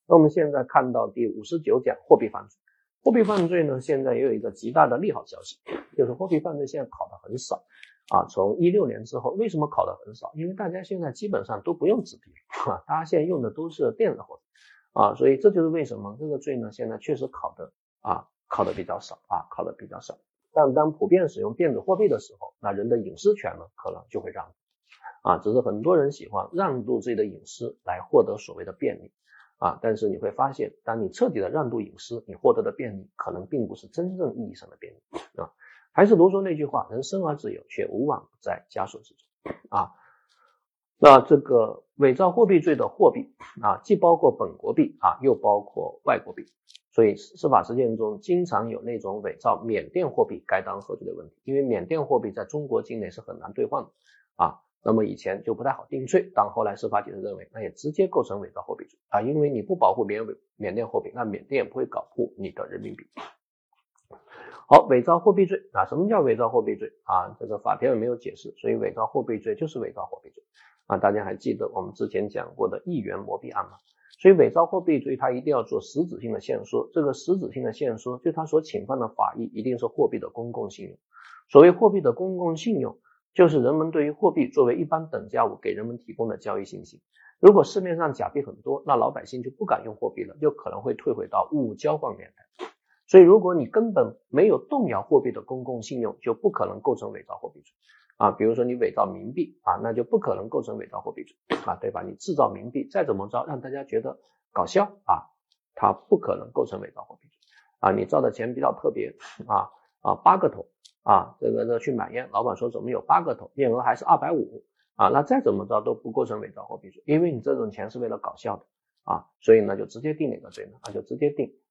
那我们现在看到第59讲货币犯罪。货币犯罪呢，现在也有一个极大的利好消息，就是货币犯罪现在考得很少从16年之后，为什么考得很少？因为大家现在基本上都不用纸币大家现在用的都是电子货币所以这就是为什么这个罪呢现在确实考得比较少考得比较少。但当普遍使用电子货币的时候，那人的隐私权呢可能就会让渡只是很多人喜欢让渡自己的隐私来获得所谓的便利但是你会发现，当你彻底的让渡隐私，你获得的便利可能并不是真正意义上的便利还是如说那句话，人生而自由，却无往不在枷锁之中那这个伪造货币罪的货币既包括本国币又包括外国币，所以司法实践中经常有那种伪造缅甸货币该当何罪的问题，因为缅甸货币在中国境内是很难兑换的那么以前就不太好定罪，但后来司法解释认为那也直接构成伪造货币罪因为你不保护缅甸货币，那缅甸也不会保护你的人民币。好，伪造货币罪什么叫伪造货币罪这个法条也没有解释，所以伪造货币罪就是伪造货币罪大家还记得我们之前讲过的1元魔币案吗？所以伪造货币罪它一定要做实质性的限缩，这个实质性的限缩就它所侵犯的法益一定是货币的公共信用。所谓货币的公共信用，就是人们对于货币作为一般等价物给人们提供的交易信息。如果市面上假币很多，那老百姓就不敢用货币了，就可能会退回到物物交换年代。所以如果你根本没有动摇货币的公共信用，就不可能构成伪造货币罪比如说你伪造冥币那就不可能构成伪造货币罪对吧？你制造冥币再怎么着让大家觉得搞笑它不可能构成伪造货币罪你造的钱比较特别8个头这个去买烟，老板说怎么有8个头，面额还是250那再怎么着都不构成伪造货币罪，因为你这种钱是为了搞笑的所以呢就直接定哪个罪呢就直接定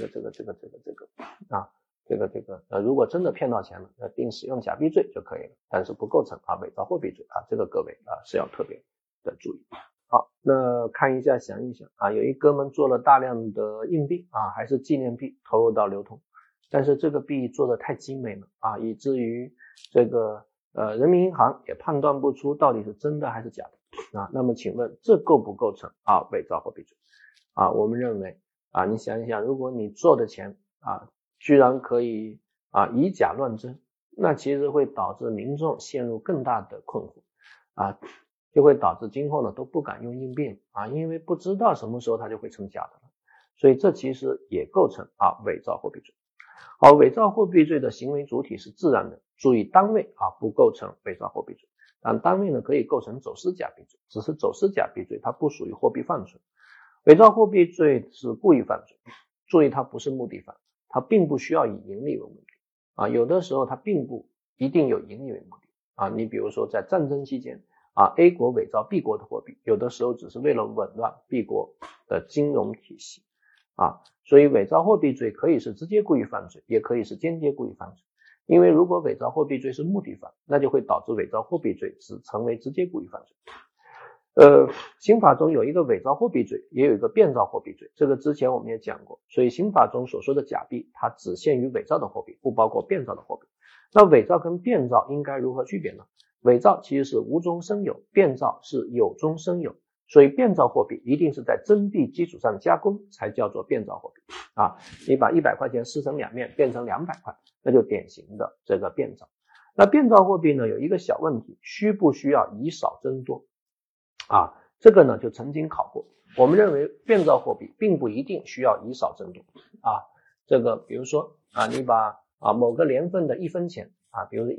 如果真的骗到钱了定使用假币罪就可以了，但是不构成伪造货币罪这个各位是要特别的注意。好，那看一下想一想有一哥们做了大量的硬币还是纪念币投入到流通，但是这个币做的太精美了以至于这个人民银行也判断不出到底是真的还是假的那么请问这构不构成伪造货币罪我们认为你想一想，如果你做的钱居然可以以假乱真，那其实会导致民众陷入更大的困惑就会导致今后呢都不敢用硬币因为不知道什么时候它就会成假的了，所以这其实也构成伪造货币罪。好，伪造货币罪的行为主体是自然人，注意单位不构成伪造货币罪，但单位呢可以构成走私假币罪，只是走私假币罪它不属于货币犯罪。伪造货币罪是故意犯罪，注意它不是目的犯，它并不需要以盈利为目的有的时候它并不一定有盈利为目的你比如说在战争期间A 国伪造 B 国的货币，有的时候只是为了紊乱 B 国的金融体系所以伪造货币罪可以是直接故意犯罪，也可以是间接故意犯罪。因为如果伪造货币罪是目的犯，那就会导致伪造货币罪只成为直接故意犯罪。刑法中有一个伪造货币罪，也有一个变造货币罪，这个之前我们也讲过。所以刑法中所说的假币，它只限于伪造的货币，不包括变造的货币。那伪造跟变造应该如何区别呢？伪造其实是无中生有，变造是有中生有。所以变造货币一定是在真币基础上加工才叫做变造货币你把100块钱撕成2面变成200块，那就典型的这个变造。那变造货币呢有一个小问题，需不需要以少争多这个呢就曾经考过。我们认为变造货币并不一定需要以少争多这个比如说你把某个年份的1分钱比如说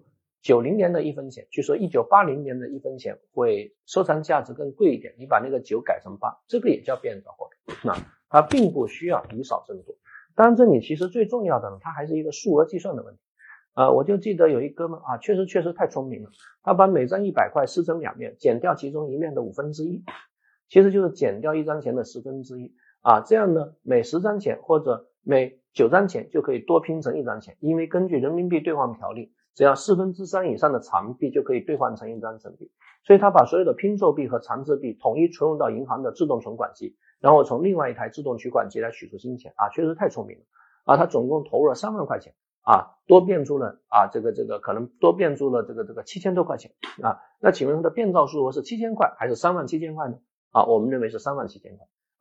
1990年的1分钱，据说1980年的1分钱会收藏价值更贵一点，你把那个9改成8，这个也叫变造货币它并不需要以少争多。当然这里其实最重要的呢，它还是一个数额计算的问题我就记得有一哥们确实太聪明了，他把每张100块撕成2面，减掉其中一面的1/5，其实就是减掉一张钱的1/10这样呢每10张钱或者每9张钱就可以多拼成一张钱，因为根据人民币兑换条例，只要3/4以上的残币就可以兑换成一张真币，所以他把所有的拼凑币和残值币统一存入到银行的自动存款机，然后从另外一台自动取款机来取出新钱确实太聪明了他总共投入了3万块钱多变出了这个可能多变出了这个7000多块钱那请问它的变造数额是7000块还是37000块呢我们认为是37000块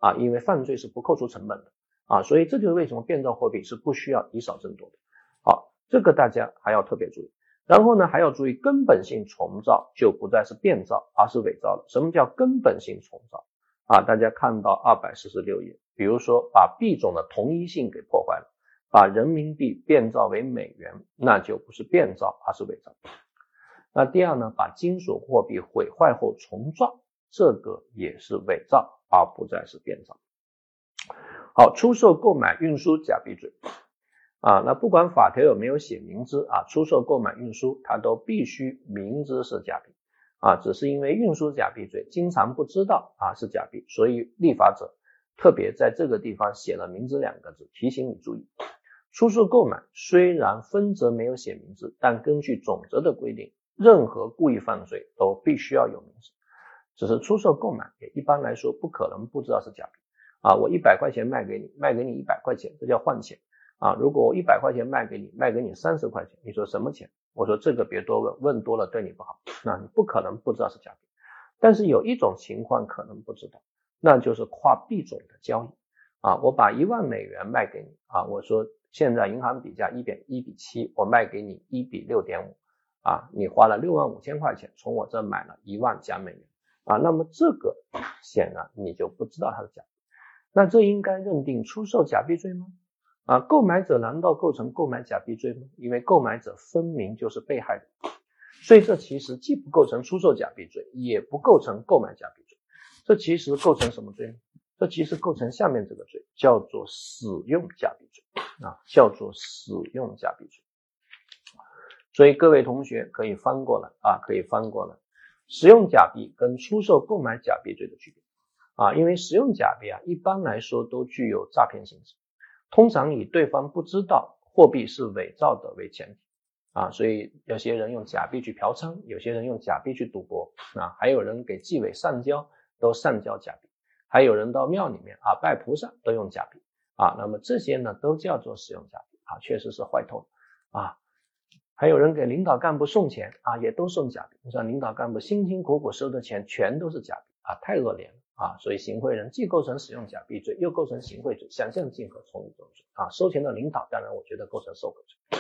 啊，因为犯罪是不扣除成本的啊，所以这就是为什么变造货币是不需要以少争多的。好，这个大家还要特别注意。然后呢，还要注意根本性重造就不再是变造，而是伪造了。什么叫根本性重造啊？大家看到246页，比如说把币种的同一性给破坏了，把人民币变造为美元，那就不是变造，而是伪造。那第二呢，把金属货币毁坏后重造，这个也是伪造，而不再是变造。好，出售、购买、运输假币罪啊，那不管法条有没有写明知啊，出售、购买、运输，它都必须明知是假币啊，只是因为运输假币罪经常不知道啊是假币，所以立法者特别在这个地方写了明知2个字，提醒你注意。出售购买虽然分则没有写明知，但根据总则的规定，任何故意犯罪都必须要有明知，只是出售购买也一般来说不可能不知道是假币啊，我100块钱卖给你100块钱，这叫换钱啊，如果我100块钱卖给你30块钱，你说什么钱？我说这个别多问，问多了对你不好，那你不可能不知道是假币。但是有一种情况可能不知道，那就是跨币种的交易啊，我把1万美元卖给你啊，我说现在银行比价1比7，我卖给你1比6.5啊，你花了6万5千块钱从我这买了1万假美元啊，那么这个显然你就不知道它是假币，那这应该认定出售假币罪吗？啊，购买者难道构成购买假币罪吗？因为购买者分明就是被害人，所以这其实既不构成出售假币罪，也不构成购买假币罪，这其实构成什么罪呢？这其实构成下面这个罪，叫做使用假币罪啊，叫做使用假币罪。所以各位同学可以翻过来啊，可以翻过来，使用假币跟出售购买假币罪的区别啊，因为使用假币啊，一般来说都具有诈骗性质。通常以对方不知道货币是伪造的为前提啊，所以有些人用假币去嫖娼，有些人用假币去赌博啊，还有人给纪委上交都上交假币，还有人到庙里面啊拜菩萨都用假币啊，那么这些呢都叫做使用假币啊，确实是坏透了啊。还有人给领导干部送钱啊，也都送假币，你说领导干部辛辛苦苦收的钱全都是假币啊，太恶劣了啊！所以行贿人既构成使用假币罪，又构成行贿罪，想象竞合，从一种罪啊。收钱的领导当然我觉得构成受贿罪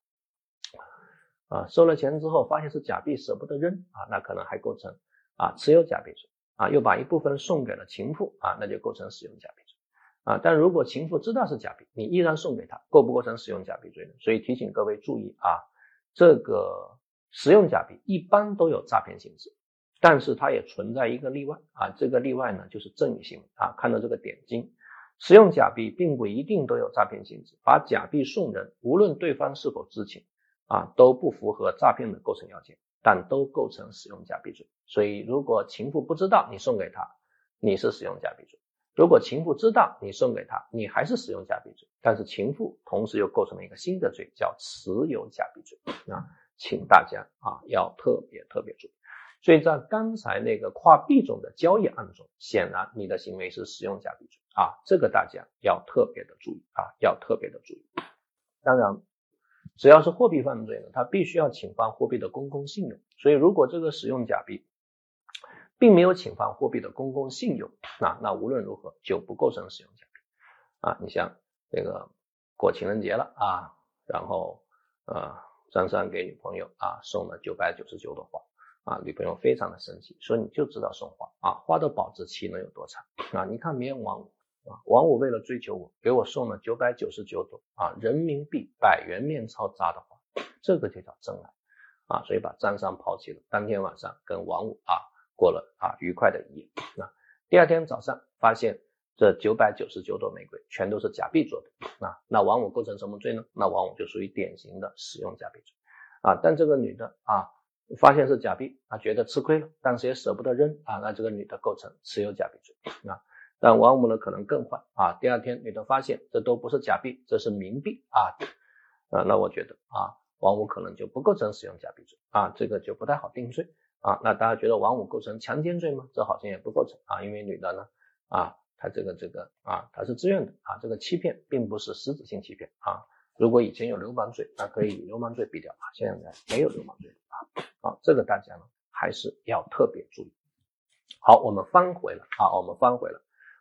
收了钱之后发现是假币舍不得扔啊，那可能还构成持有假币罪啊，又把一部分送给了情妇啊，那就构成使用假币罪啊。但如果情妇知道是假币，你依然送给他，构不构成使用假币罪呢？所以提醒各位注意啊。这个使用假币一般都有诈骗性质，但是它也存在一个例外啊，这个例外呢就是赠与行为啊，看到这个点睛，使用假币并不一定都有诈骗性质，把假币送人，无论对方是否知情啊，都不符合诈骗的构成要件，但都构成使用假币罪。所以如果情妇不知道你送给他，你是使用假币罪。如果情妇知道你送给他，你还是使用假币罪，但是情妇同时又构成了一个新的罪，叫持有假币罪啊，请大家要特别注意。所以在刚才那个跨币种的交易案中，显然你的行为是使用假币罪啊，这个大家要特别的注意啊，要特别的注意。当然，只要是货币犯罪呢，它必须要侵犯货币的公共信用，所以如果这个使用假币并没有侵犯货币的公共信用那无论如何就不构成使用假币啊。你像这个过情人节了啊，然后张三给女朋友送了999朵花啊，女朋友非常的生气，说你就知道送花啊，花的保质期能有多长啊？你看别人王五王五为了追求我，给我送了999朵人民币100元面钞扎的花，这个就叫真爱所以把张三抛弃了。当天晚上跟王五过了愉快的一夜第二天早上发现这999朵玫瑰全都是假币做的那王五构成什么罪呢？那王五就属于典型的使用假币罪但这个女的发现是假币觉得吃亏了，但是也舍不得扔那这个女的构成持有假币罪但王五呢可能更坏第二天女的发现这都不是假币，这是冥币那我觉得王五可能就不构成使用假币罪这个就不太好定罪那大家觉得王五构成强奸罪吗？这好像也不构成因为女的呢她她是自愿的这个欺骗并不是实质性欺骗如果以前有流氓罪，那可以以流氓罪比掉现在没有流氓罪这个大家呢还是要特别注意。好，我们翻回了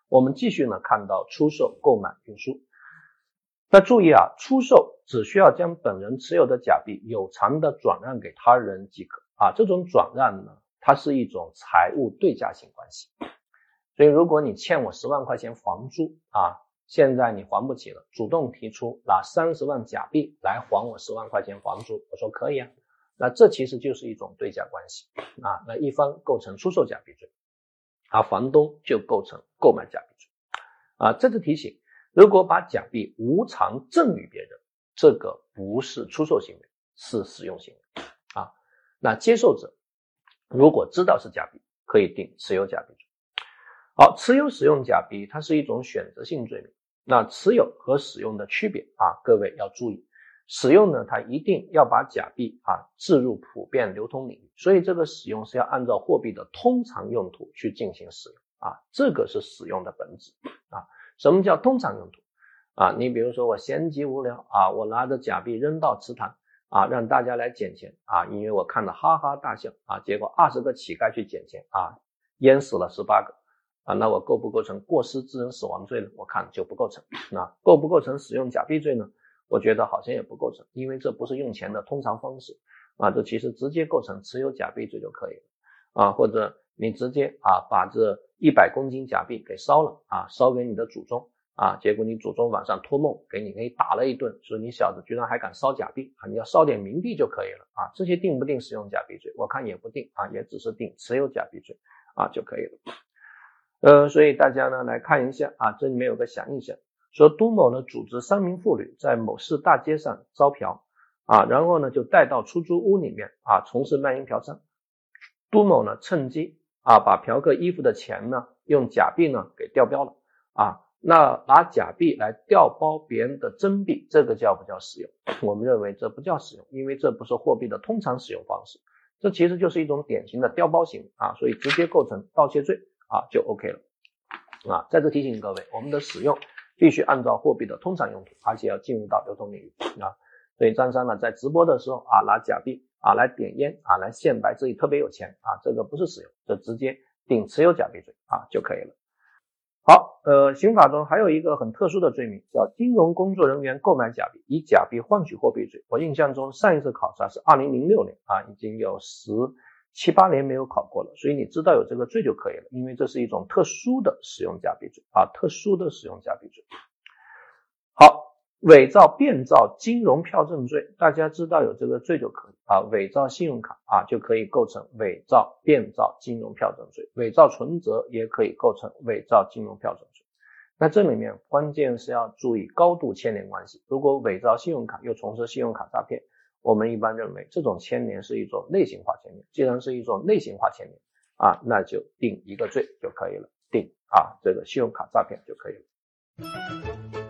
我们继续呢看到出售、购买、运输。那注意啊，出售只需要将本人持有的假币有偿的转让给他人即可啊。这种转让呢，它是一种财务对价性关系。所以如果你欠我10万块钱房租啊，现在你还不起了，主动提出拿30万假币来还我10万块钱房租，我说可以啊。那这其实就是一种对价关系啊。那一方构成出售假币罪，而房东就构成购买假币罪啊。这次提醒，如果把假币无偿赠与别人，这个不是出售行为，是使用行为啊。那接受者如果知道是假币，可以定持有假币罪。好，持有使用假币它是一种选择性罪名。那持有和使用的区别啊，各位要注意。使用呢，它一定要把假币置入普遍流通领域，所以这个使用是要按照货币的通常用途去进行使用啊，这个是使用的本质啊。什么叫通常用途啊？你比如说我闲极无聊啊，我拿着假币扔到池塘啊，让大家来捡钱啊，因为我看了哈哈大笑啊，结果20个乞丐去捡钱啊，淹死了18个啊，那我构不构成过失致人死亡罪呢？我看就不构成啊。构不构成使用假币罪呢？我觉得好像也不构成，因为这不是用钱的通常方式啊，这其实直接构成持有假币罪就可以了啊。或者你直接把这100公斤假币给烧了啊，烧给你的祖宗啊，结果你祖宗晚上托梦给你打了一顿，说你小子居然还敢烧假币啊，你要烧点冥币就可以了啊。这些定不定使用假币罪？我看也不定啊，也只是定持有假币罪啊就可以了。所以大家呢来看一下啊，这里面有个响应项，说都某呢组织3名妇女在某市大街上招嫖啊，然后呢就带到出租屋里面啊从事卖淫嫖娼。都某呢趁机把嫖客衣服的钱呢用假币呢给调包了啊。那拿假币来调包别人的真币，这个叫不叫使用？我们认为这不叫使用，因为这不是货币的通常使用方式，这其实就是一种典型的调包行为啊，所以直接构成盗窃罪啊就 OK 了啊。再次提醒各位，我们的使用必须按照货币的通常用途，而且要进入到流通领域啊。所以张三呢在直播的时候拿假币来点烟来显摆自己特别有钱这个不是使用，这直接定持有假币罪就可以了。好，刑法中还有一个很特殊的罪名叫金融工作人员购买假币，以假币换取货币罪。我印象中上一次考察是2006年已经有17、18年没有考过了，所以你知道有这个罪就可以了，因为这是一种特殊的使用假币罪特殊的使用假币罪。好，伪造、变造金融票证罪，大家知道有这个罪就可以伪造信用卡就可以构成伪造、变造金融票证罪，伪造存折也可以构成伪造金融票证罪。那这里面关键是要注意高度牵连关系，如果伪造信用卡又从事信用卡诈骗，我们一般认为这种牵连是一种类型化牵连，既然是一种类型化牵连那就定一个罪就可以了，定这个信用卡诈骗就可以了。